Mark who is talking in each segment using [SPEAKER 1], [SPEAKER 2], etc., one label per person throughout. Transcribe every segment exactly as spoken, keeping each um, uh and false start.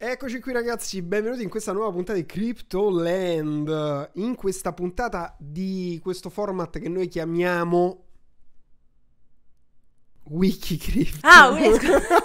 [SPEAKER 1] Eccoci qui ragazzi, benvenuti in questa nuova puntata di Cryptoland. In questa puntata di questo format che noi chiamiamo Wikicrypto.
[SPEAKER 2] Ah, wi-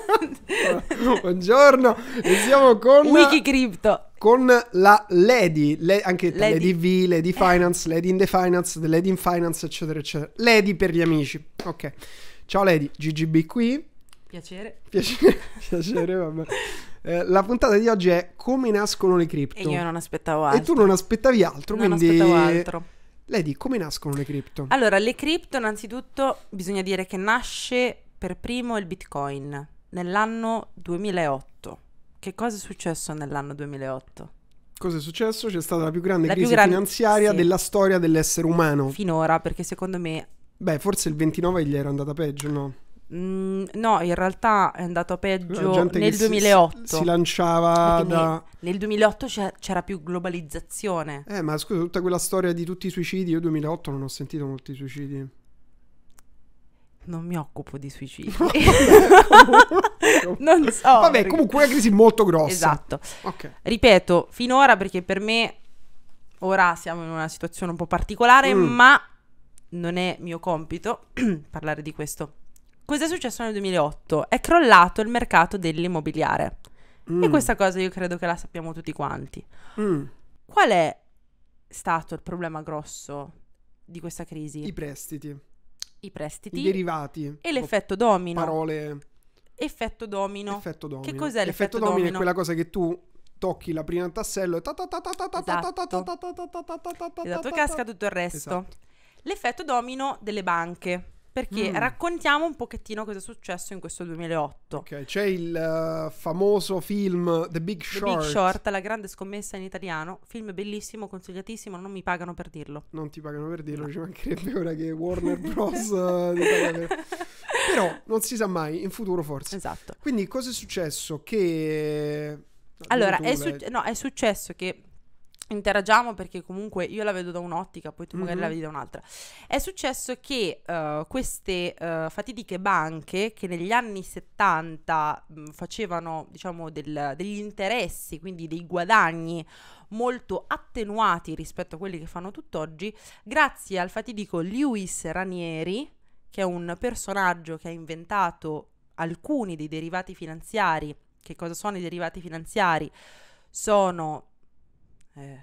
[SPEAKER 1] Buongiorno, e siamo con
[SPEAKER 2] Wikicrypto.
[SPEAKER 1] con la Lady, le, anche
[SPEAKER 2] Lady.
[SPEAKER 1] Lady V, Lady Finance, Lady in the Finance, The Lady in Finance, eccetera, eccetera. Lady per gli amici. Ok. Ciao Lady, G G B qui.
[SPEAKER 2] Piacere.
[SPEAKER 1] Piacere, piacere, vabbè. Eh, la puntata di oggi è come nascono le cripto.
[SPEAKER 2] E io non aspettavo altro.
[SPEAKER 1] E tu non aspettavi altro,
[SPEAKER 2] Non
[SPEAKER 1] quindi
[SPEAKER 2] aspettavo altro.
[SPEAKER 1] Lady, come nascono le cripto?
[SPEAKER 2] Allora, le cripto innanzitutto bisogna dire che nasce per primo il Bitcoin nell'anno duemilaotto. Che cosa è successo nell'anno duemilaotto?
[SPEAKER 1] Cosa è successo? C'è stata la più grande
[SPEAKER 2] La più
[SPEAKER 1] crisi
[SPEAKER 2] grande-
[SPEAKER 1] finanziaria
[SPEAKER 2] sì.
[SPEAKER 1] della storia dell'essere umano.
[SPEAKER 2] Finora, perché secondo me...
[SPEAKER 1] Beh, forse il ventinove gli era andata peggio, no?
[SPEAKER 2] mm, no, in realtà è andato
[SPEAKER 1] La
[SPEAKER 2] peggio
[SPEAKER 1] gente
[SPEAKER 2] nel
[SPEAKER 1] che si-
[SPEAKER 2] duemilaotto.
[SPEAKER 1] Si, lanciava
[SPEAKER 2] Perché
[SPEAKER 1] da...
[SPEAKER 2] ne- nel duemilaotto c'è- c'era più globalizzazione.
[SPEAKER 1] Eh, ma scusa, tutta quella storia di tutti i suicidi, io duemilaotto non ho sentito molti suicidi.
[SPEAKER 2] Non mi occupo di suicidi.
[SPEAKER 1] Comunque-
[SPEAKER 2] Non so.
[SPEAKER 1] Vabbè,
[SPEAKER 2] perché-
[SPEAKER 1] comunque una crisi molto grossa.
[SPEAKER 2] Esatto.
[SPEAKER 1] Ok.
[SPEAKER 2] Ripeto, finora, perché per me ora siamo in una situazione un po' particolare,
[SPEAKER 1] Mm.
[SPEAKER 2] ma non è mio compito parlare di questo. Cosa è successo nel duemilaotto? È crollato il mercato dell'immobiliare.
[SPEAKER 1] Mm.
[SPEAKER 2] E questa cosa io credo che la sappiamo tutti quanti.
[SPEAKER 1] Mm.
[SPEAKER 2] Qual è stato il problema grosso di questa crisi?
[SPEAKER 1] I prestiti,
[SPEAKER 2] I prestiti
[SPEAKER 1] i derivati.
[SPEAKER 2] e l'effetto domino.
[SPEAKER 1] Parole...
[SPEAKER 2] Effetto domino.
[SPEAKER 1] Effetto domino.
[SPEAKER 2] Che cos'è l'effetto
[SPEAKER 1] domino?
[SPEAKER 2] domino?
[SPEAKER 1] È quella cosa che tu tocchi la prima tassello e ta ta ta ta ta ta ta ta ta ta
[SPEAKER 2] Esatto.
[SPEAKER 1] ta ta ta ta ta ta ta
[SPEAKER 2] Esatto,
[SPEAKER 1] ta
[SPEAKER 2] casca
[SPEAKER 1] ta.
[SPEAKER 2] tutto il resto.
[SPEAKER 1] Esatto.
[SPEAKER 2] L'effetto domino delle banche. Perché
[SPEAKER 1] Mm.
[SPEAKER 2] raccontiamo un pochettino cosa è successo in questo duemilaotto.
[SPEAKER 1] Ok, c'è il eh, famoso film The Big
[SPEAKER 2] The
[SPEAKER 1] Short.
[SPEAKER 2] Big Short, la grande scommessa in italiano. Film bellissimo, consigliatissimo, non mi pagano per dirlo.
[SPEAKER 1] Non ti pagano per dirlo, ci mancherebbe ora che Warner Bros. eh, ti paga per- Però non si sa mai, in futuro forse.
[SPEAKER 2] Esatto.
[SPEAKER 1] Quindi cosa è successo? Che... no,
[SPEAKER 2] Allora,
[SPEAKER 1] dimmi
[SPEAKER 2] è,
[SPEAKER 1] tu,
[SPEAKER 2] suc-
[SPEAKER 1] Lady.
[SPEAKER 2] no, è successo che interagiamo perché comunque io la vedo da un'ottica, poi tu magari
[SPEAKER 1] Mhm.
[SPEAKER 2] la vedi da un'altra. È successo che eh, queste eh, fatidiche banche che negli anni settanta mh, facevano, diciamo, del- degli interessi, quindi dei guadagni molto attenuati rispetto a quelli che fanno tutt'oggi, grazie al fatidico Lewis Ranieri, che è un personaggio che ha inventato alcuni dei derivati finanziari. Che cosa sono i derivati finanziari? Sono... eh,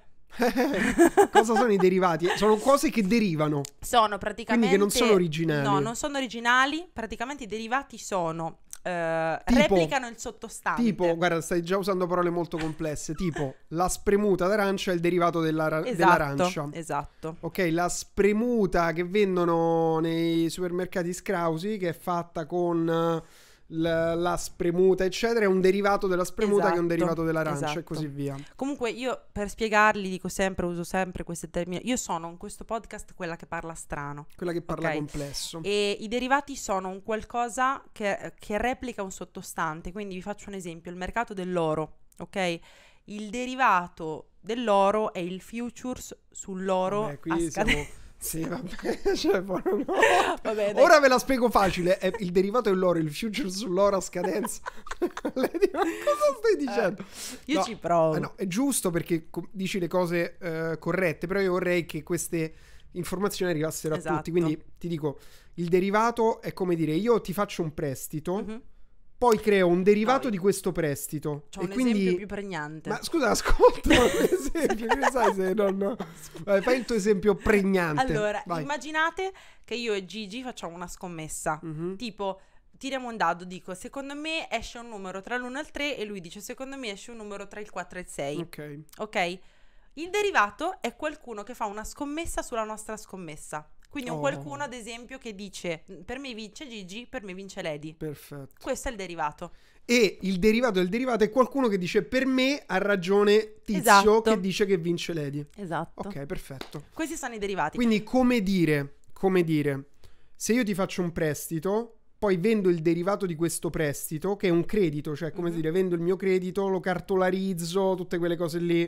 [SPEAKER 1] Cosa sono i derivati? Sono cose che derivano.
[SPEAKER 2] sono praticamente...
[SPEAKER 1] Quindi che non sono originali.
[SPEAKER 2] No, non sono originali. Praticamente i derivati sono... eh,
[SPEAKER 1] Tipo-
[SPEAKER 2] replicano il sottostante.
[SPEAKER 1] Tipo, guarda, stai già usando parole molto complesse. Tipo, la spremuta d'arancia è il derivato della,
[SPEAKER 2] Esatto,
[SPEAKER 1] dell'arancia.
[SPEAKER 2] esatto.
[SPEAKER 1] Ok, la spremuta che vendono nei supermercati Scrausi, che è fatta con eh, la, la spremuta, eccetera, è un derivato della spremuta che è un
[SPEAKER 2] Esatto,
[SPEAKER 1] derivato dell'arancia
[SPEAKER 2] esatto.
[SPEAKER 1] e così via.
[SPEAKER 2] Comunque io per spiegarli dico sempre, uso sempre questi termini. Io sono in questo podcast quella che parla strano.
[SPEAKER 1] Quella che parla
[SPEAKER 2] Ok.
[SPEAKER 1] complesso.
[SPEAKER 2] E i derivati sono un qualcosa che, che replica un sottostante. Quindi vi faccio un esempio: il mercato dell'oro, ok? Il derivato dell'oro è il futures sull'oro
[SPEAKER 1] Vabbè,
[SPEAKER 2] a
[SPEAKER 1] qui
[SPEAKER 2] scade-
[SPEAKER 1] siamo... Sì, vabbè, cioè, poi no.
[SPEAKER 2] Vabbè, dai.
[SPEAKER 1] Ora ve la spiego facile. È il derivato dell'oro, il future sull'oro a scadenza. Lady, ma cosa stai dicendo?
[SPEAKER 2] Io
[SPEAKER 1] No,
[SPEAKER 2] ci provo.
[SPEAKER 1] eh no, è giusto perché co- dici le cose eh, corrette, però io vorrei che queste informazioni arrivassero a
[SPEAKER 2] Esatto.
[SPEAKER 1] tutti. Quindi ti dico, il derivato è come dire, io ti faccio un prestito,
[SPEAKER 2] Mhm.
[SPEAKER 1] poi creo un derivato
[SPEAKER 2] No,
[SPEAKER 1] di questo prestito.
[SPEAKER 2] C'ho
[SPEAKER 1] e
[SPEAKER 2] un
[SPEAKER 1] quindi...
[SPEAKER 2] esempio più pregnante.
[SPEAKER 1] Ma scusa, ascolta un esempio, che sai se non... Vai, fai il tuo esempio pregnante.
[SPEAKER 2] Allora,
[SPEAKER 1] Vai.
[SPEAKER 2] immaginate che io e Gigi facciamo una scommessa.
[SPEAKER 1] Mhm.
[SPEAKER 2] Tipo, tiriamo un dado, dico, secondo me esce un numero tra l'uno e il tre e lui dice, secondo me esce un numero tra il quattro e il sei.
[SPEAKER 1] Ok.
[SPEAKER 2] Ok? Il derivato è qualcuno che fa una scommessa sulla nostra scommessa. Quindi un
[SPEAKER 1] Oh.
[SPEAKER 2] qualcuno, ad esempio, che dice, per me vince Gigi, per me vince Lady.
[SPEAKER 1] Perfetto.
[SPEAKER 2] Questo è il derivato.
[SPEAKER 1] E il derivato del derivato è qualcuno che dice per me ha ragione Tizio
[SPEAKER 2] Esatto.
[SPEAKER 1] che dice che vince Lady.
[SPEAKER 2] Esatto.
[SPEAKER 1] Ok, perfetto.
[SPEAKER 2] Questi sono i derivati.
[SPEAKER 1] Quindi come dire, come dire, se io ti faccio un prestito, poi vendo il derivato di questo prestito, che è un credito, cioè come
[SPEAKER 2] Mhm.
[SPEAKER 1] dire, vendo il mio credito, lo cartolarizzo, tutte quelle cose lì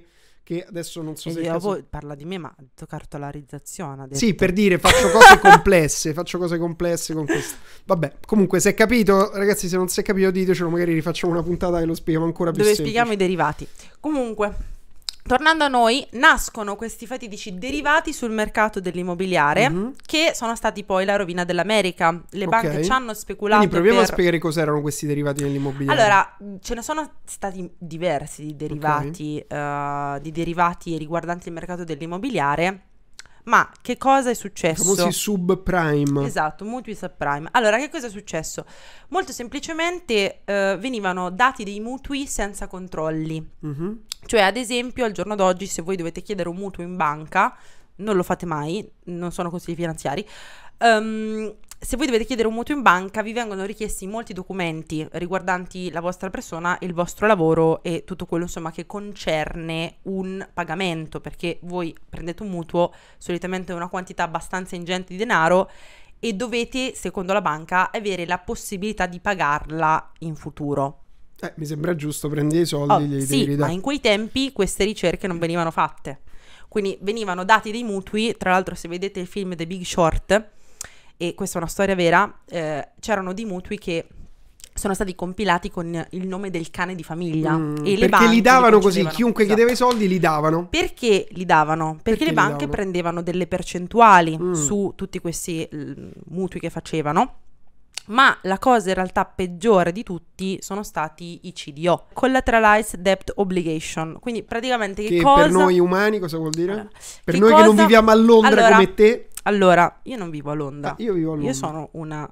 [SPEAKER 1] che adesso non so
[SPEAKER 2] E
[SPEAKER 1] se... è il
[SPEAKER 2] dopo
[SPEAKER 1] caso...
[SPEAKER 2] parla di me, ma ha detto cartolarizzazione. Ha detto.
[SPEAKER 1] Sì, per dire, faccio cose complesse, faccio cose complesse con questo. Vabbè, comunque, se è capito, ragazzi, se non si è capito ditecelo, magari rifacciamo una puntata che lo spieghiamo ancora più
[SPEAKER 2] Dove
[SPEAKER 1] semplice.
[SPEAKER 2] spieghiamo i derivati. Comunque... Tornando a noi, nascono questi fatidici derivati sul mercato dell'immobiliare
[SPEAKER 1] mm-hmm.
[SPEAKER 2] che sono stati poi la rovina dell'America. Le
[SPEAKER 1] okay.
[SPEAKER 2] banche ci hanno speculato.
[SPEAKER 1] Quindi proviamo
[SPEAKER 2] per...
[SPEAKER 1] a spiegare cos'erano questi derivati nell'immobiliare.
[SPEAKER 2] Allora, ce ne sono stati diversi di derivati, okay. uh, di derivati riguardanti il mercato dell'immobiliare. Ma che cosa è successo?
[SPEAKER 1] I famosi subprime.
[SPEAKER 2] Esatto, mutui subprime. Allora, che cosa è successo? Molto semplicemente eh, venivano dati dei mutui senza controlli. Mm-hmm. Cioè, ad esempio, al giorno d'oggi, se voi dovete chiedere un mutuo in banca, non lo fate mai, non sono consigli finanziari, um, se voi dovete chiedere un mutuo in banca, vi vengono richiesti molti documenti riguardanti la vostra persona, il vostro lavoro e tutto quello insomma che concerne un pagamento, perché voi prendete un mutuo, solitamente una quantità abbastanza ingente di denaro e dovete, secondo la banca, avere la possibilità di pagarla in futuro.
[SPEAKER 1] Eh, mi sembra giusto, prendi i soldi
[SPEAKER 2] oh,
[SPEAKER 1] e glieli
[SPEAKER 2] sì,
[SPEAKER 1] devi ridare.
[SPEAKER 2] Ma in quei tempi queste ricerche non venivano fatte. Quindi venivano dati dei mutui, tra l'altro se vedete il film The Big Short, e questa è una storia vera, eh, c'erano dei mutui che sono stati compilati con il nome del cane di famiglia.
[SPEAKER 1] Mm,
[SPEAKER 2] e le
[SPEAKER 1] perché
[SPEAKER 2] banche
[SPEAKER 1] li davano
[SPEAKER 2] li
[SPEAKER 1] così, chiunque
[SPEAKER 2] esatto.
[SPEAKER 1] chiedeva i soldi li davano.
[SPEAKER 2] Perché li davano? Perché,
[SPEAKER 1] perché
[SPEAKER 2] le banche
[SPEAKER 1] davano?
[SPEAKER 2] prendevano delle percentuali
[SPEAKER 1] mm.
[SPEAKER 2] su tutti questi l, mutui che facevano. Ma la cosa in realtà peggiore di tutti sono stati i C D O, Collateralized Debt Obligation. Quindi praticamente che,
[SPEAKER 1] che
[SPEAKER 2] cosa...
[SPEAKER 1] per noi umani cosa vuol dire?
[SPEAKER 2] Allora,
[SPEAKER 1] per
[SPEAKER 2] che
[SPEAKER 1] noi
[SPEAKER 2] cosa...
[SPEAKER 1] che non viviamo a Londra
[SPEAKER 2] allora,
[SPEAKER 1] come te?
[SPEAKER 2] Allora, io non vivo a Londra.
[SPEAKER 1] Ah, io vivo a Londra.
[SPEAKER 2] Io sono una...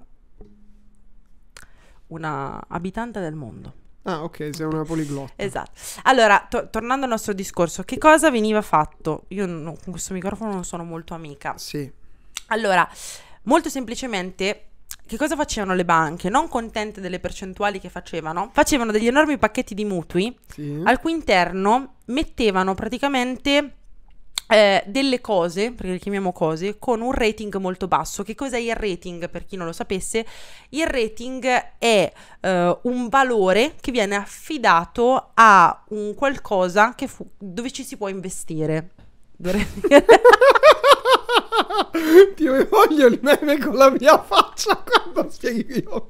[SPEAKER 2] una abitante del mondo.
[SPEAKER 1] Ah, ok, sei una poliglotta.
[SPEAKER 2] Esatto. Allora, to- tornando al nostro discorso, che cosa veniva fatto? Io no, con questo microfono non sono molto amica.
[SPEAKER 1] Sì.
[SPEAKER 2] Allora, molto semplicemente... Che cosa facevano le banche? Non contente delle percentuali che facevano, facevano degli enormi pacchetti di mutui
[SPEAKER 1] sì.
[SPEAKER 2] al cui interno mettevano praticamente eh, delle cose, perché le chiamiamo cose, con un rating molto basso. Che cos'è il rating? Per chi non lo sapesse, il rating è eh, un valore che viene affidato a un qualcosa che fu- dove ci si può investire.
[SPEAKER 1] Ti voglio il meme con la mia faccia quando spieghi io.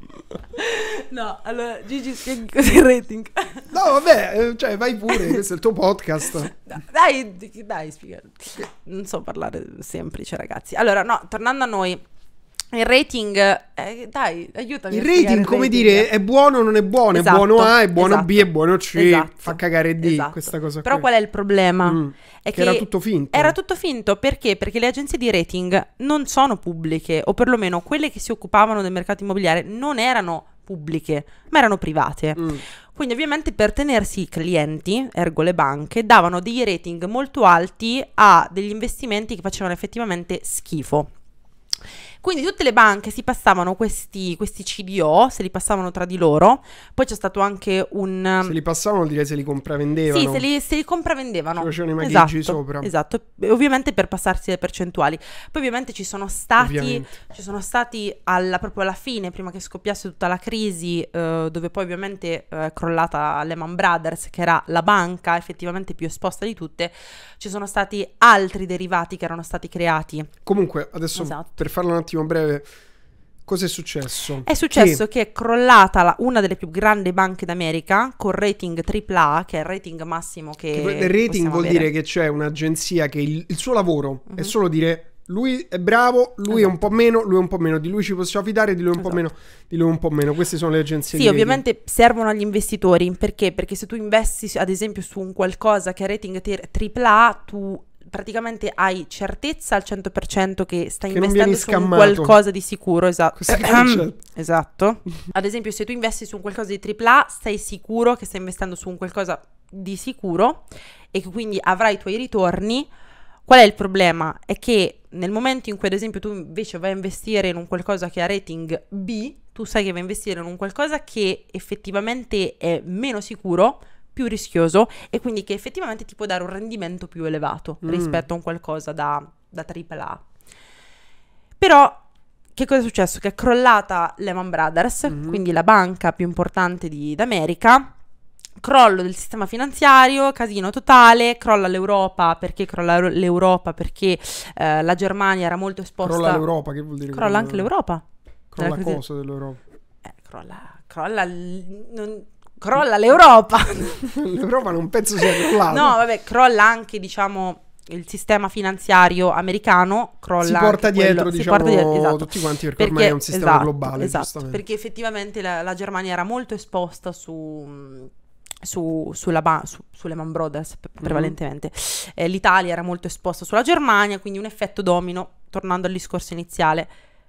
[SPEAKER 2] No, allora Gigi spieghi cos'è il rating.
[SPEAKER 1] No vabbè, cioè vai pure, questo è il tuo podcast.
[SPEAKER 2] Dai, dai, spiega. Non so parlare semplice, ragazzi. Allora, no, tornando a noi, il rating, eh, dai, aiutami.
[SPEAKER 1] Il rating, il come rating. Dire, è buono o non è buono,
[SPEAKER 2] esatto,
[SPEAKER 1] è buono A, è buono
[SPEAKER 2] esatto,
[SPEAKER 1] B, è buono C,
[SPEAKER 2] esatto,
[SPEAKER 1] fa cagare D,
[SPEAKER 2] esatto.
[SPEAKER 1] questa cosa
[SPEAKER 2] Però
[SPEAKER 1] qui.
[SPEAKER 2] qual è il problema?
[SPEAKER 1] Mm,
[SPEAKER 2] è
[SPEAKER 1] che
[SPEAKER 2] che
[SPEAKER 1] era tutto finto.
[SPEAKER 2] Era tutto finto, perché? Perché le agenzie di rating non sono pubbliche, o perlomeno quelle che si occupavano del mercato immobiliare non erano pubbliche, ma erano private. Mm. Quindi ovviamente per tenersi i clienti, ergo le banche, davano dei rating molto alti a degli investimenti che facevano effettivamente schifo. Quindi tutte le banche si passavano questi, questi C D O, se li passavano tra di loro. Poi c'è stato anche un...
[SPEAKER 1] Se li passavano direi se li compravendevano.
[SPEAKER 2] Sì, se li, se li compravendevano.
[SPEAKER 1] Ci facevano i magheggi
[SPEAKER 2] esatto,
[SPEAKER 1] sopra.
[SPEAKER 2] Esatto, ovviamente per passarsi le percentuali. Poi ovviamente ci sono stati,
[SPEAKER 1] ovviamente.
[SPEAKER 2] ci sono stati alla, proprio alla fine, prima che scoppiasse tutta la crisi, eh, dove poi ovviamente è eh, crollata Lehman Brothers, che era la banca effettivamente più esposta di tutte, ci sono stati altri derivati che erano stati creati.
[SPEAKER 1] Comunque, adesso
[SPEAKER 2] esatto.
[SPEAKER 1] per farlo un attimo breve, cosa è successo?
[SPEAKER 2] È successo che, che è crollata la, una delle più grandi banche d'America con rating tripla A, che è il rating massimo che,
[SPEAKER 1] che il rating vuol
[SPEAKER 2] avere.
[SPEAKER 1] dire che c'è un'agenzia che il, il suo lavoro uh-huh. è solo dire lui è bravo, lui esatto. è un po' meno, lui è un po' meno, di lui ci possiamo fidare, di lui un esatto. po' meno, di lui un po' meno. Queste sono le agenzie
[SPEAKER 2] sì,
[SPEAKER 1] di
[SPEAKER 2] ovviamente
[SPEAKER 1] rating.
[SPEAKER 2] Servono agli investitori, perché? Perché se tu investi ad esempio su un qualcosa che ha rating tripla A, tu praticamente hai certezza al cento per cento che stai
[SPEAKER 1] che
[SPEAKER 2] investendo su un qualcosa di sicuro, esatto. esatto. Ad esempio, se tu investi su un qualcosa di tripla A, stai sicuro che stai investendo su un qualcosa di sicuro e che quindi avrai i tuoi ritorni. Qual è il problema? È che nel momento in cui ad esempio tu invece vai a investire in un qualcosa che ha rating B, tu sai che vai a investire in un qualcosa che effettivamente è meno sicuro, più rischioso e quindi che effettivamente ti può dare un rendimento più elevato mm. rispetto a un qualcosa da, da tripla A. Però che cosa è successo? Che è crollata Lehman Brothers, mm. quindi la banca più importante di, d'America, crollo del sistema finanziario, casino totale, crolla l'Europa. Perché crolla l'Europa? Perché eh, la Germania era molto esposta.
[SPEAKER 1] Crolla l'Europa, che vuol dire?
[SPEAKER 2] Crolla, crolla anche l'Europa.
[SPEAKER 1] Crolla cosa dell'Europa?
[SPEAKER 2] Eh, crolla, crolla, non, crolla l'Europa.
[SPEAKER 1] L'Europa non penso sia crollata.
[SPEAKER 2] No, vabbè, crolla anche, diciamo, il sistema finanziario americano, crolla
[SPEAKER 1] si porta
[SPEAKER 2] anche
[SPEAKER 1] dietro,
[SPEAKER 2] quello,
[SPEAKER 1] diciamo,
[SPEAKER 2] si porta dietro, esatto.
[SPEAKER 1] tutti quanti, perché,
[SPEAKER 2] perché
[SPEAKER 1] ormai è un sistema
[SPEAKER 2] esatto,
[SPEAKER 1] globale,
[SPEAKER 2] esatto, perché effettivamente la, la Germania era molto esposta su, su, sulla ba- su, sulle Lehman Brothers prevalentemente. Mm-hmm. Eh, L'Italia era molto esposta sulla Germania, quindi un effetto domino. Tornando al discorso iniziale,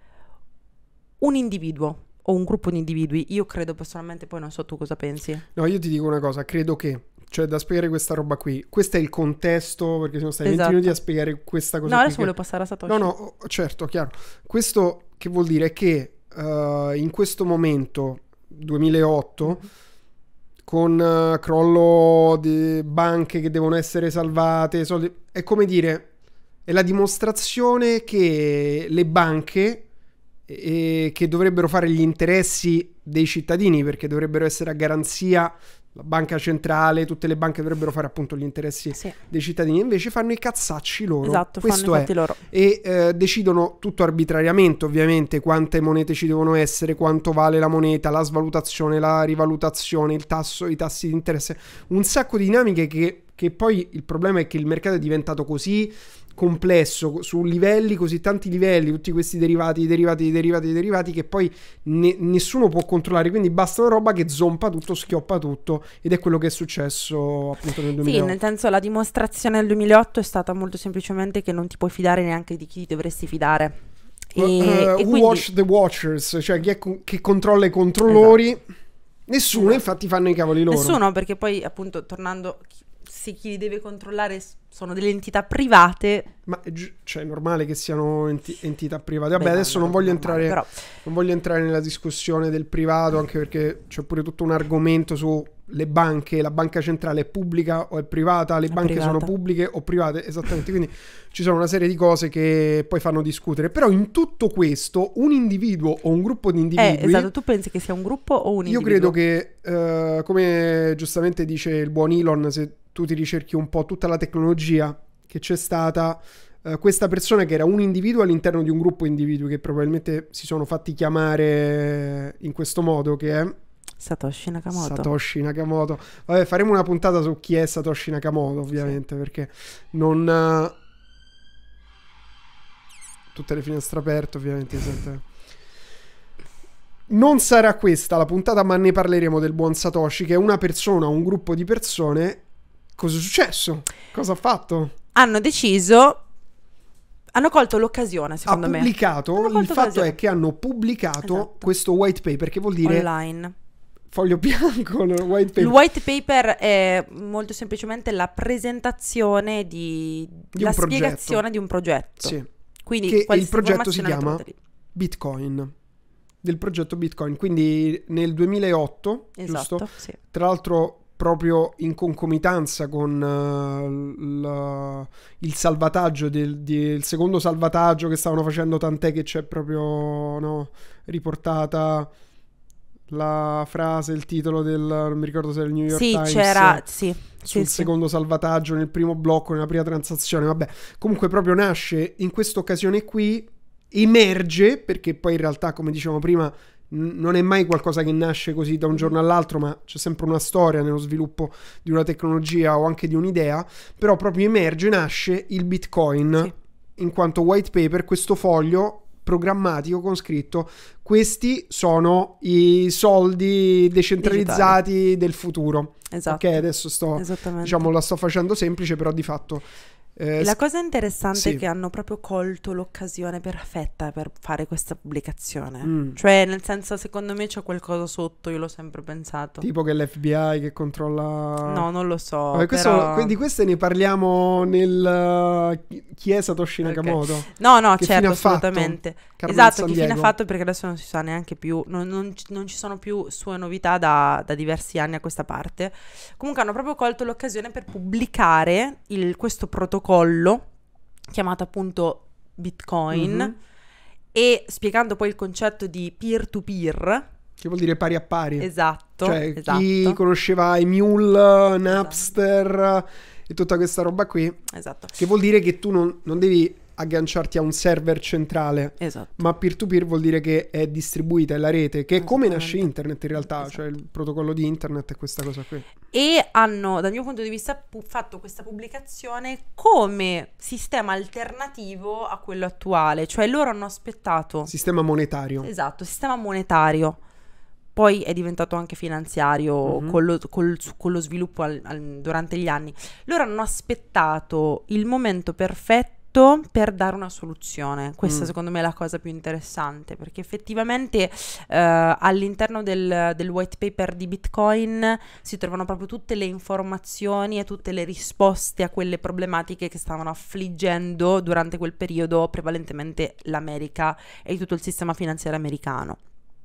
[SPEAKER 2] un individuo o un gruppo di individui, io credo personalmente, poi non so tu cosa pensi.
[SPEAKER 1] No, io ti dico una cosa, credo che, cioè, da spiegare questa roba qui, questo è il contesto, perché siamo stati
[SPEAKER 2] esatto.
[SPEAKER 1] venti minuti a spiegare questa cosa.
[SPEAKER 2] No, adesso
[SPEAKER 1] che...
[SPEAKER 2] volevo passare a Satoshi.
[SPEAKER 1] No, no, certo, chiaro. Questo che vuol dire che uh, in questo momento, duemilaotto, mm-hmm. con uh, crollo di banche che devono essere salvate, soldi, è come dire, è la dimostrazione che le banche, e che dovrebbero fare gli interessi dei cittadini, perché dovrebbero essere a garanzia, la banca centrale, tutte le banche dovrebbero fare appunto gli interessi sì. dei cittadini, invece fanno i cazzacci loro.
[SPEAKER 2] Esatto,
[SPEAKER 1] questo
[SPEAKER 2] fanno i
[SPEAKER 1] è
[SPEAKER 2] loro.
[SPEAKER 1] E eh, decidono tutto arbitrariamente, ovviamente, quante monete ci devono essere, quanto vale la moneta, la svalutazione, la rivalutazione, il tasso, i tassi di interesse, un sacco di dinamiche che, che poi il problema è che il mercato è diventato così complesso, su livelli, così tanti livelli, tutti questi derivati, derivati, derivati, derivati, che poi ne, nessuno può controllare, quindi basta una roba che zompa tutto, schioppa tutto, ed è quello che è successo appunto nel duemilaotto.
[SPEAKER 2] Sì, nel senso, la dimostrazione del duemilaotto è stata molto semplicemente che non ti puoi fidare neanche di chi ti dovresti fidare. E,
[SPEAKER 1] uh,
[SPEAKER 2] e
[SPEAKER 1] who
[SPEAKER 2] quindi...
[SPEAKER 1] watch the watchers, cioè chi è co- che controlla i controllori. Esatto. Nessuno, esatto. Infatti fanno i cavoli loro.
[SPEAKER 2] Nessuno, perché poi appunto tornando, se chi li deve controllare sono delle entità private.
[SPEAKER 1] Ma cioè, è normale che siano enti- entità private. Vabbè, Beh, adesso non voglio normale, entrare però... non voglio entrare nella discussione del privato, anche perché c'è pure tutto un argomento su le banche, la banca centrale è pubblica o è privata, le è banche privata. Sono pubbliche o private, esattamente. Quindi ci sono una serie di cose che poi fanno discutere. Però in tutto questo un individuo o un gruppo di individui,
[SPEAKER 2] eh, esatto, tu pensi che sia un gruppo o un
[SPEAKER 1] io
[SPEAKER 2] individuo?
[SPEAKER 1] Io credo che uh, come giustamente dice il buon Elon, se tu ti ricerchi un po' tutta la tecnologia che c'è stata, uh, questa persona che era un individuo all'interno di un gruppo di individui che probabilmente si sono fatti chiamare in questo modo, che è
[SPEAKER 2] Satoshi Nakamoto.
[SPEAKER 1] Satoshi Nakamoto. Vabbè, faremo una puntata su chi è Satoshi Nakamoto, ovviamente, sì. Perché non uh, tutte le finestre aperte, ovviamente. Sente. Non sarà questa la puntata, ma ne parleremo del buon Satoshi, che è una persona, un gruppo di persone. Cosa è successo? Cosa ha fatto?
[SPEAKER 2] Hanno deciso, hanno colto l'occasione, secondo
[SPEAKER 1] ha
[SPEAKER 2] me.
[SPEAKER 1] Pubblicato, il fatto l'occasione. È che hanno pubblicato esatto. questo white paper, che vuol dire
[SPEAKER 2] online.
[SPEAKER 1] Foglio bianco, white paper.
[SPEAKER 2] Il white paper è molto semplicemente la presentazione di,
[SPEAKER 1] di
[SPEAKER 2] la
[SPEAKER 1] un
[SPEAKER 2] spiegazione di un progetto.
[SPEAKER 1] Sì.
[SPEAKER 2] Quindi
[SPEAKER 1] che il progetto si chiama Bitcoin. Del progetto Bitcoin. Quindi nel duemilaotto,
[SPEAKER 2] esatto,
[SPEAKER 1] giusto?
[SPEAKER 2] Sì.
[SPEAKER 1] Tra l'altro proprio in concomitanza con uh, la, il salvataggio del, del secondo salvataggio che stavano facendo, tant'è che c'è proprio no, riportata la frase, il titolo del, non mi ricordo se era il New York
[SPEAKER 2] sì,
[SPEAKER 1] Times,
[SPEAKER 2] c'era, sì,
[SPEAKER 1] sul
[SPEAKER 2] sì,
[SPEAKER 1] secondo
[SPEAKER 2] sì.
[SPEAKER 1] salvataggio nel primo blocco, nella prima transazione. Vabbè, comunque proprio nasce in questa occasione qui, emerge, perché poi in realtà, come dicevamo prima, non è mai qualcosa che nasce così da un giorno all'altro, ma c'è sempre una storia nello sviluppo di una tecnologia o anche di un'idea. Però proprio emerge, nasce il Bitcoin, sì. in quanto white paper, questo foglio programmatico con scritto: questi sono i soldi decentralizzati digitali del futuro.
[SPEAKER 2] Esatto.
[SPEAKER 1] Ok, adesso sto, diciamo, la sto facendo semplice, però di fatto
[SPEAKER 2] Eh, la cosa interessante
[SPEAKER 1] sì.
[SPEAKER 2] è che hanno proprio colto l'occasione perfetta per fare questa pubblicazione.
[SPEAKER 1] Mm.
[SPEAKER 2] Cioè, nel senso, secondo me c'è qualcosa sotto, io l'ho sempre pensato.
[SPEAKER 1] Tipo che l'F B I che controlla...
[SPEAKER 2] No, non lo so.
[SPEAKER 1] Vabbè, questo,
[SPEAKER 2] però...
[SPEAKER 1] Di queste ne parliamo nel... Uh, chi è Satoshi Nakamoto?
[SPEAKER 2] Okay. No, no,
[SPEAKER 1] che
[SPEAKER 2] certo, assolutamente. Esatto, che fine ha fatto, perché adesso non si sa neanche più, non, non, non ci sono più sue novità da, da diversi anni a questa parte. Comunque hanno proprio colto l'occasione per pubblicare il, questo protocollo chiamato appunto Bitcoin, mm-hmm. e spiegando poi il concetto di peer to peer,
[SPEAKER 1] Che vuol dire pari a pari.
[SPEAKER 2] Esatto.
[SPEAKER 1] Cioè,
[SPEAKER 2] esatto.
[SPEAKER 1] chi conosceva Emule, Napster esatto. e tutta questa roba qui.
[SPEAKER 2] Esatto.
[SPEAKER 1] Che vuol dire che tu non, non devi agganciarti a un server centrale.
[SPEAKER 2] Esatto.
[SPEAKER 1] Ma peer-to-peer vuol dire che è distribuita, è la rete, che è come nasce internet in realtà. Esatto. Cioè il protocollo di internet è questa cosa qui.
[SPEAKER 2] E hanno, dal mio punto di vista, pu- fatto questa pubblicazione come sistema alternativo a quello attuale. Cioè loro hanno aspettato...
[SPEAKER 1] Sistema monetario.
[SPEAKER 2] Esatto, sistema monetario. Poi è diventato anche finanziario mm-hmm. con, lo, col, con lo sviluppo al, al, durante gli anni. Loro hanno aspettato il momento perfetto per dare una soluzione. Questa mm. secondo me è la cosa più interessante, perché effettivamente eh, all'interno del, del white paper di Bitcoin si trovano proprio tutte le informazioni e tutte le risposte a quelle problematiche che stavano affliggendo durante quel periodo prevalentemente l'America e tutto il sistema finanziario americano.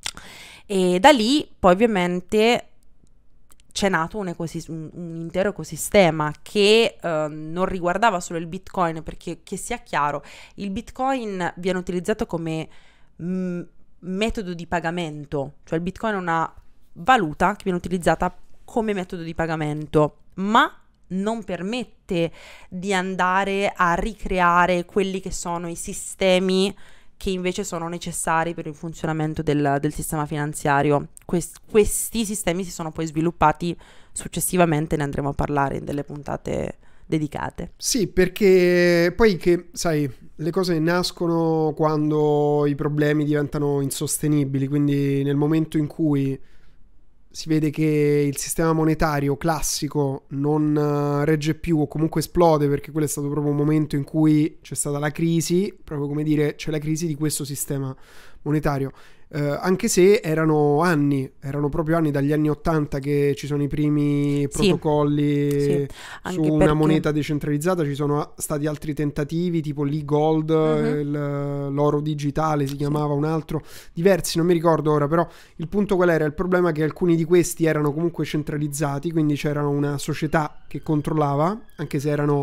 [SPEAKER 2] E da lì poi ovviamente c'è nato un, ecosist- un, un intero ecosistema che uh, non riguardava solo il Bitcoin, perché che sia chiaro, il Bitcoin viene utilizzato come m- metodo di pagamento, cioè il Bitcoin è una valuta che viene utilizzata come metodo di pagamento, ma non permette di andare a ricreare quelli che sono i sistemi che invece sono necessari per il funzionamento del, del sistema finanziario. Quest, questi sistemi si sono poi sviluppati successivamente, ne andremo a parlare in delle puntate dedicate.
[SPEAKER 1] Sì, perché poi che, sai, le cose nascono quando i problemi diventano insostenibili, quindi nel momento in cui si vede che il sistema monetario classico non regge più o comunque esplode, perché quello è stato proprio un momento in cui c'è stata la crisi, proprio come dire c'è la crisi di questo sistema monetario, eh, anche se erano anni, erano proprio anni, dagli anni ottanta che ci sono i primi protocolli
[SPEAKER 2] sì, sì,
[SPEAKER 1] su una
[SPEAKER 2] perché...
[SPEAKER 1] moneta decentralizzata. Ci sono stati altri tentativi tipo l'e Gold, uh-huh. il, l'oro digitale si chiamava, sì. un altro, diversi, non mi ricordo ora, però il punto qual era? Il problema è che alcuni di questi erano comunque centralizzati, quindi c'era una società che controllava, anche se erano...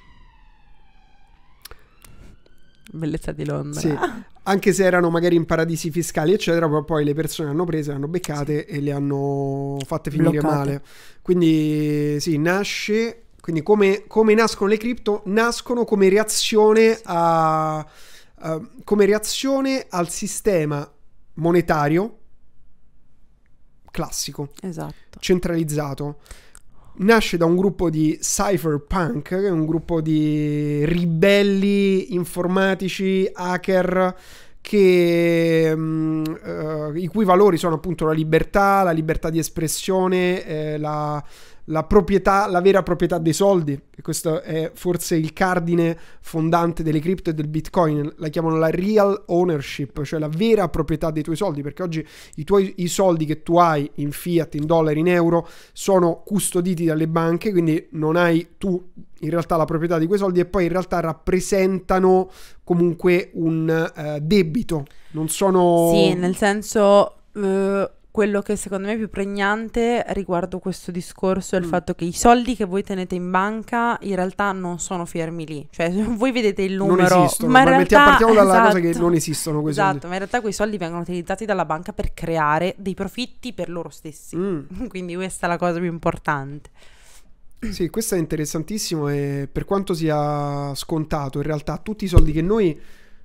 [SPEAKER 2] Bellezza di Londra.
[SPEAKER 1] Sì, anche se erano magari in paradisi fiscali eccetera, poi, poi le persone hanno prese, le hanno beccate sì. e le hanno fatte finire bloccate. Male. Quindi sì, nasce, quindi come, come nascono le cripto? Nascono come reazione a, a come reazione al sistema monetario classico,
[SPEAKER 2] esatto.
[SPEAKER 1] centralizzato. Nasce da un gruppo di cypherpunk, che è un gruppo di ribelli informatici, hacker, che, mh, uh, i cui valori sono appunto la libertà, la libertà di espressione, eh, la, la proprietà, la vera proprietà dei soldi. E questo è forse il cardine fondante delle cripto e del Bitcoin. La chiamano la real ownership, cioè la vera proprietà dei tuoi soldi, perché oggi i tuoi i soldi che tu hai in fiat, in dollari, in euro sono custoditi dalle banche, quindi non hai tu in realtà la proprietà di quei soldi, e poi in realtà rappresentano comunque un uh, debito, non sono...
[SPEAKER 2] Sì, nel senso... Uh... Quello che secondo me è più pregnante riguardo questo discorso è il mm. fatto che i soldi che voi tenete in banca in realtà non sono fermi lì. Cioè voi vedete il numero,
[SPEAKER 1] non esistono,
[SPEAKER 2] ma in
[SPEAKER 1] ma
[SPEAKER 2] realtà
[SPEAKER 1] partiamo dalla
[SPEAKER 2] esatto,
[SPEAKER 1] cosa che non esistono quei
[SPEAKER 2] esatto,
[SPEAKER 1] soldi.
[SPEAKER 2] ma in realtà quei soldi vengono utilizzati dalla banca per creare dei profitti per loro stessi. Mm. Quindi questa è la cosa più importante.
[SPEAKER 1] Sì, questo è interessantissimo, e per quanto sia scontato, in realtà tutti i soldi che noi...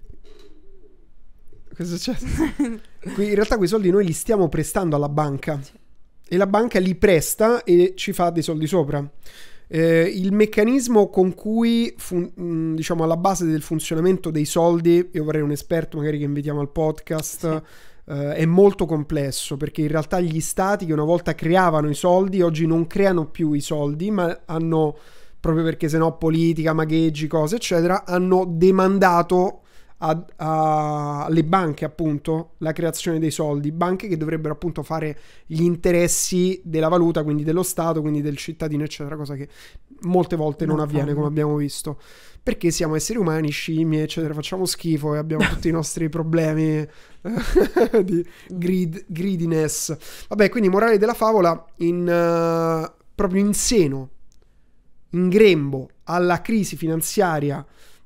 [SPEAKER 1] Cosa c'è? In realtà quei soldi noi li stiamo prestando alla banca, sì. e la banca li presta e ci fa dei soldi sopra. Eh, il meccanismo con cui fun- diciamo alla base del funzionamento dei soldi, io vorrei un esperto magari che invitiamo al podcast, sì. eh, è molto complesso, perché in realtà gli stati che una volta creavano i soldi oggi non creano più i soldi, ma hanno, proprio perché sennò politica, magheggi, cose eccetera, hanno demandato A, a, alle banche appunto la creazione dei soldi, banche che dovrebbero appunto fare gli interessi della valuta, quindi dello Stato, quindi del cittadino eccetera, cosa che molte volte non, non avviene, come abbiamo visto, perché siamo esseri umani, scimmie eccetera, facciamo schifo e abbiamo tutti i nostri problemi di greed, greediness. Vabbè, quindi morale della favola, in uh, proprio in seno, in grembo alla crisi finanziaria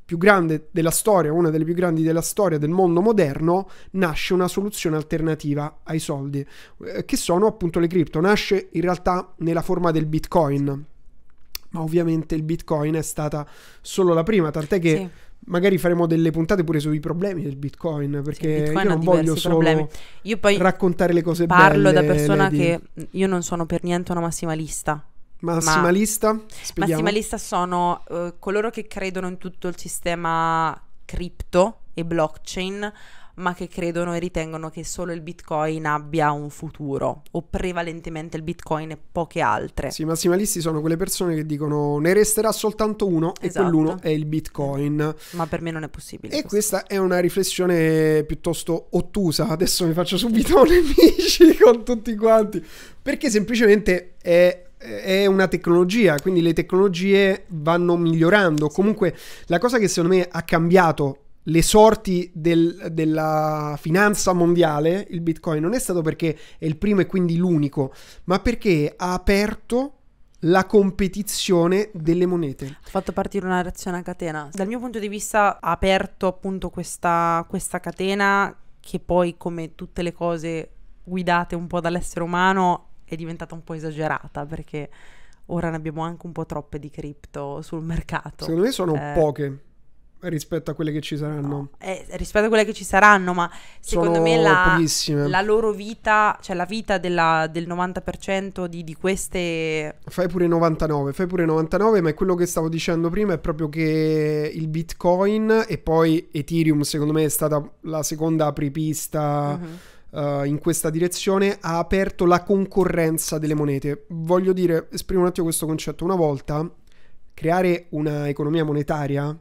[SPEAKER 1] più grande della storia, una delle più grandi della storia del mondo moderno, nasce una soluzione alternativa ai soldi, eh, che sono appunto le cripto. Nasce in realtà nella forma del Bitcoin, ma ovviamente il Bitcoin è stata solo la prima, tant'è che sì. magari faremo delle puntate pure sui problemi del Bitcoin, perché sì, Bitcoin io non voglio solo problemi. Io poi raccontare le cose
[SPEAKER 2] parlo
[SPEAKER 1] belle.
[SPEAKER 2] Parlo da persona
[SPEAKER 1] Lady.
[SPEAKER 2] che io non sono per niente una massimalista.
[SPEAKER 1] Massimalista?
[SPEAKER 2] Ma massimalista sono uh, coloro che credono in tutto il sistema cripto e blockchain, ma che credono e ritengono che solo il Bitcoin abbia un futuro, o prevalentemente il Bitcoin e poche altre.
[SPEAKER 1] Sì, massimalisti sono quelle persone che dicono ne resterà soltanto uno, esatto. e quell'uno è il Bitcoin.
[SPEAKER 2] Ma per me non è possibile.
[SPEAKER 1] E questo. Questa è una riflessione piuttosto ottusa. Adesso mi faccio subito nemici con tutti quanti, perché semplicemente è è una tecnologia, quindi le tecnologie vanno migliorando. Comunque la cosa che secondo me ha cambiato le sorti del, della finanza mondiale, il Bitcoin, non è stato perché è il primo e quindi l'unico, ma perché ha aperto la competizione delle monete.
[SPEAKER 2] Ha fatto partire una reazione a catena. Dal mio punto di vista ha aperto appunto questa, questa catena che poi, come tutte le cose guidate un po' dall'essere umano, è diventata un po' esagerata, perché ora ne abbiamo anche un po' troppe di cripto sul mercato.
[SPEAKER 1] Secondo me sono
[SPEAKER 2] eh,
[SPEAKER 1] poche rispetto a quelle che ci saranno.
[SPEAKER 2] No, eh, rispetto a quelle che ci saranno, ma secondo
[SPEAKER 1] sono
[SPEAKER 2] me la,
[SPEAKER 1] pochissime.
[SPEAKER 2] la loro vita, cioè la vita della, del novanta per cento di, di queste...
[SPEAKER 1] Fai pure novantanove, fai pure novantanove, ma è quello che stavo dicendo prima, è proprio che il Bitcoin e poi Ethereum, secondo me, è stata la seconda apripista... Mm-hmm. Uh, in questa direzione, ha aperto la concorrenza delle monete. Voglio dire, esprimo un attimo questo concetto. Una volta creare una economia monetaria,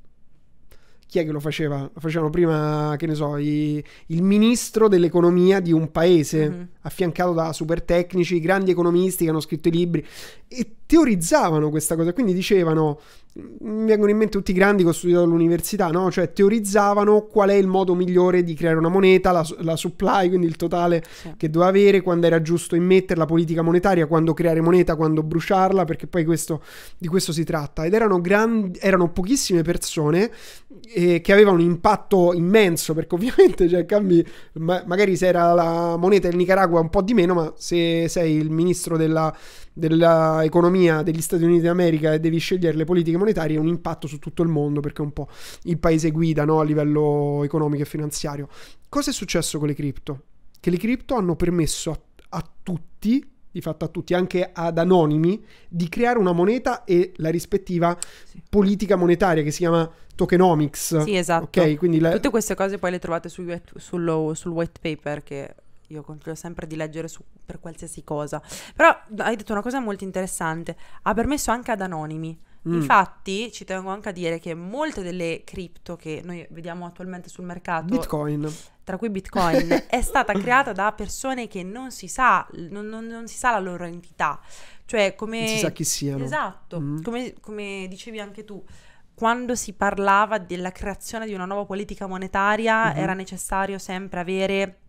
[SPEAKER 1] chi è che lo faceva? Lo facevano prima, che ne so, i, il ministro dell'economia di un paese, mm-hmm. affiancato da super tecnici, grandi economisti che hanno scritto i libri e teorizzavano questa cosa, quindi dicevano, mi vengono in mente tutti i grandi che ho studiato all'università, no? Cioè teorizzavano qual è il modo migliore di creare una moneta, la, la supply, quindi il totale sì. che doveva avere, quando era giusto immettere la politica monetaria, quando creare moneta, quando bruciarla, perché poi questo, di questo si tratta. Ed erano grandi, erano pochissime persone eh, che avevano un impatto immenso, perché ovviamente cioè, cambi, ma, magari se era la moneta del Nicaragua un po' di meno, ma se sei il ministro della dell'economia degli Stati Uniti d'America e devi scegliere le politiche monetarie, un impatto su tutto il mondo, perché è un po' il paese guida, no? A livello economico e finanziario. Cosa è successo con le cripto? Che le cripto hanno permesso a, a tutti, di fatto a tutti, anche ad anonimi, di creare una moneta e la rispettiva sì. politica monetaria che si chiama tokenomics.
[SPEAKER 2] Sì, esatto.
[SPEAKER 1] Okay? Quindi la...
[SPEAKER 2] tutte queste cose poi le trovate sul, sul, sul white paper, che io consiglio sempre di leggere su, per qualsiasi cosa. Però hai detto una cosa molto interessante, ha permesso anche ad anonimi. Mm. Infatti ci tengo anche a dire che molte delle cripto che noi vediamo attualmente sul mercato,
[SPEAKER 1] Bitcoin,
[SPEAKER 2] tra cui Bitcoin, è stata creata da persone che non si sa, non, non, non si sa la loro entità. Cioè come...
[SPEAKER 1] non si sa chi siano.
[SPEAKER 2] Esatto,
[SPEAKER 1] mm.
[SPEAKER 2] come, come dicevi anche tu, quando si parlava della creazione di una nuova politica monetaria, mm-hmm. era necessario sempre avere...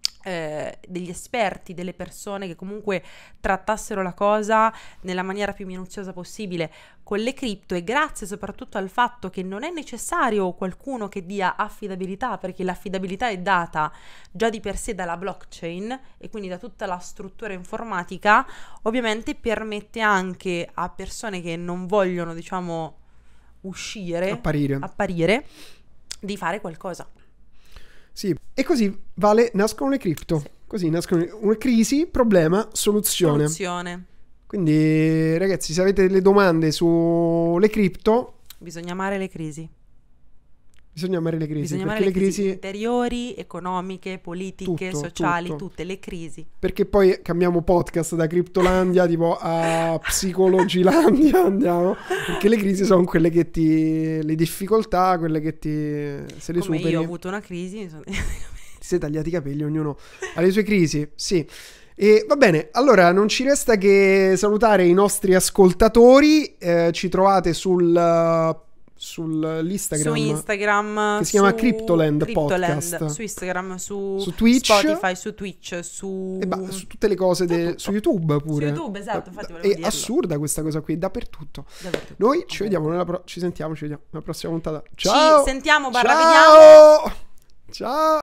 [SPEAKER 2] Eh, degli esperti, delle persone che comunque trattassero la cosa nella maniera più minuziosa possibile. Con le cripto, e grazie soprattutto al fatto che non è necessario qualcuno che dia affidabilità, perché l'affidabilità è data già di per sé dalla blockchain e quindi da tutta la struttura informatica, ovviamente permette anche a persone che non vogliono, diciamo, uscire,
[SPEAKER 1] apparire,
[SPEAKER 2] apparire di fare qualcosa.
[SPEAKER 1] Sì, e così vale, nascono le cripto. Sì. Così nascono una crisi, problema, soluzione.
[SPEAKER 2] Soluzione.
[SPEAKER 1] Quindi, ragazzi, se avete delle domande sulle cripto,
[SPEAKER 2] bisogna amare le crisi.
[SPEAKER 1] Bisogna amare le crisi.
[SPEAKER 2] Bisogna
[SPEAKER 1] perché
[SPEAKER 2] amare le crisi,
[SPEAKER 1] crisi
[SPEAKER 2] interiori, economiche, politiche,
[SPEAKER 1] tutto,
[SPEAKER 2] sociali,
[SPEAKER 1] tutto.
[SPEAKER 2] tutte le crisi.
[SPEAKER 1] Perché poi cambiamo podcast da Criptolandia tipo a Psicologilandia, andiamo. Perché le crisi sono quelle che ti... le difficoltà, quelle che ti... se le
[SPEAKER 2] Come
[SPEAKER 1] superi.
[SPEAKER 2] io ho avuto una crisi. Insomma.
[SPEAKER 1] Ti sei tagliati i capelli, ognuno ha le sue crisi, sì. E va bene, allora non ci resta che salutare i nostri ascoltatori. Eh, ci trovate sul... sull'Instagram
[SPEAKER 2] su Instagram
[SPEAKER 1] che si chiama
[SPEAKER 2] su
[SPEAKER 1] Cryptoland,
[SPEAKER 2] Cryptoland
[SPEAKER 1] Podcast,
[SPEAKER 2] su Instagram, su,
[SPEAKER 1] su Twitch,
[SPEAKER 2] Spotify, su Twitch, su,
[SPEAKER 1] e bah, su tutte le cose de- su YouTube pure.
[SPEAKER 2] Su YouTube, esatto, infatti volevo
[SPEAKER 1] È
[SPEAKER 2] dirlo.
[SPEAKER 1] assurda questa cosa qui, dappertutto.
[SPEAKER 2] Dappertutto.
[SPEAKER 1] Noi ci
[SPEAKER 2] Ok.
[SPEAKER 1] vediamo nella pro- ci sentiamo, ci vediamo nella prossima puntata. Ciao.
[SPEAKER 2] Ci sentiamo, barra
[SPEAKER 1] Ciao.
[SPEAKER 2] vediamo.
[SPEAKER 1] Ciao.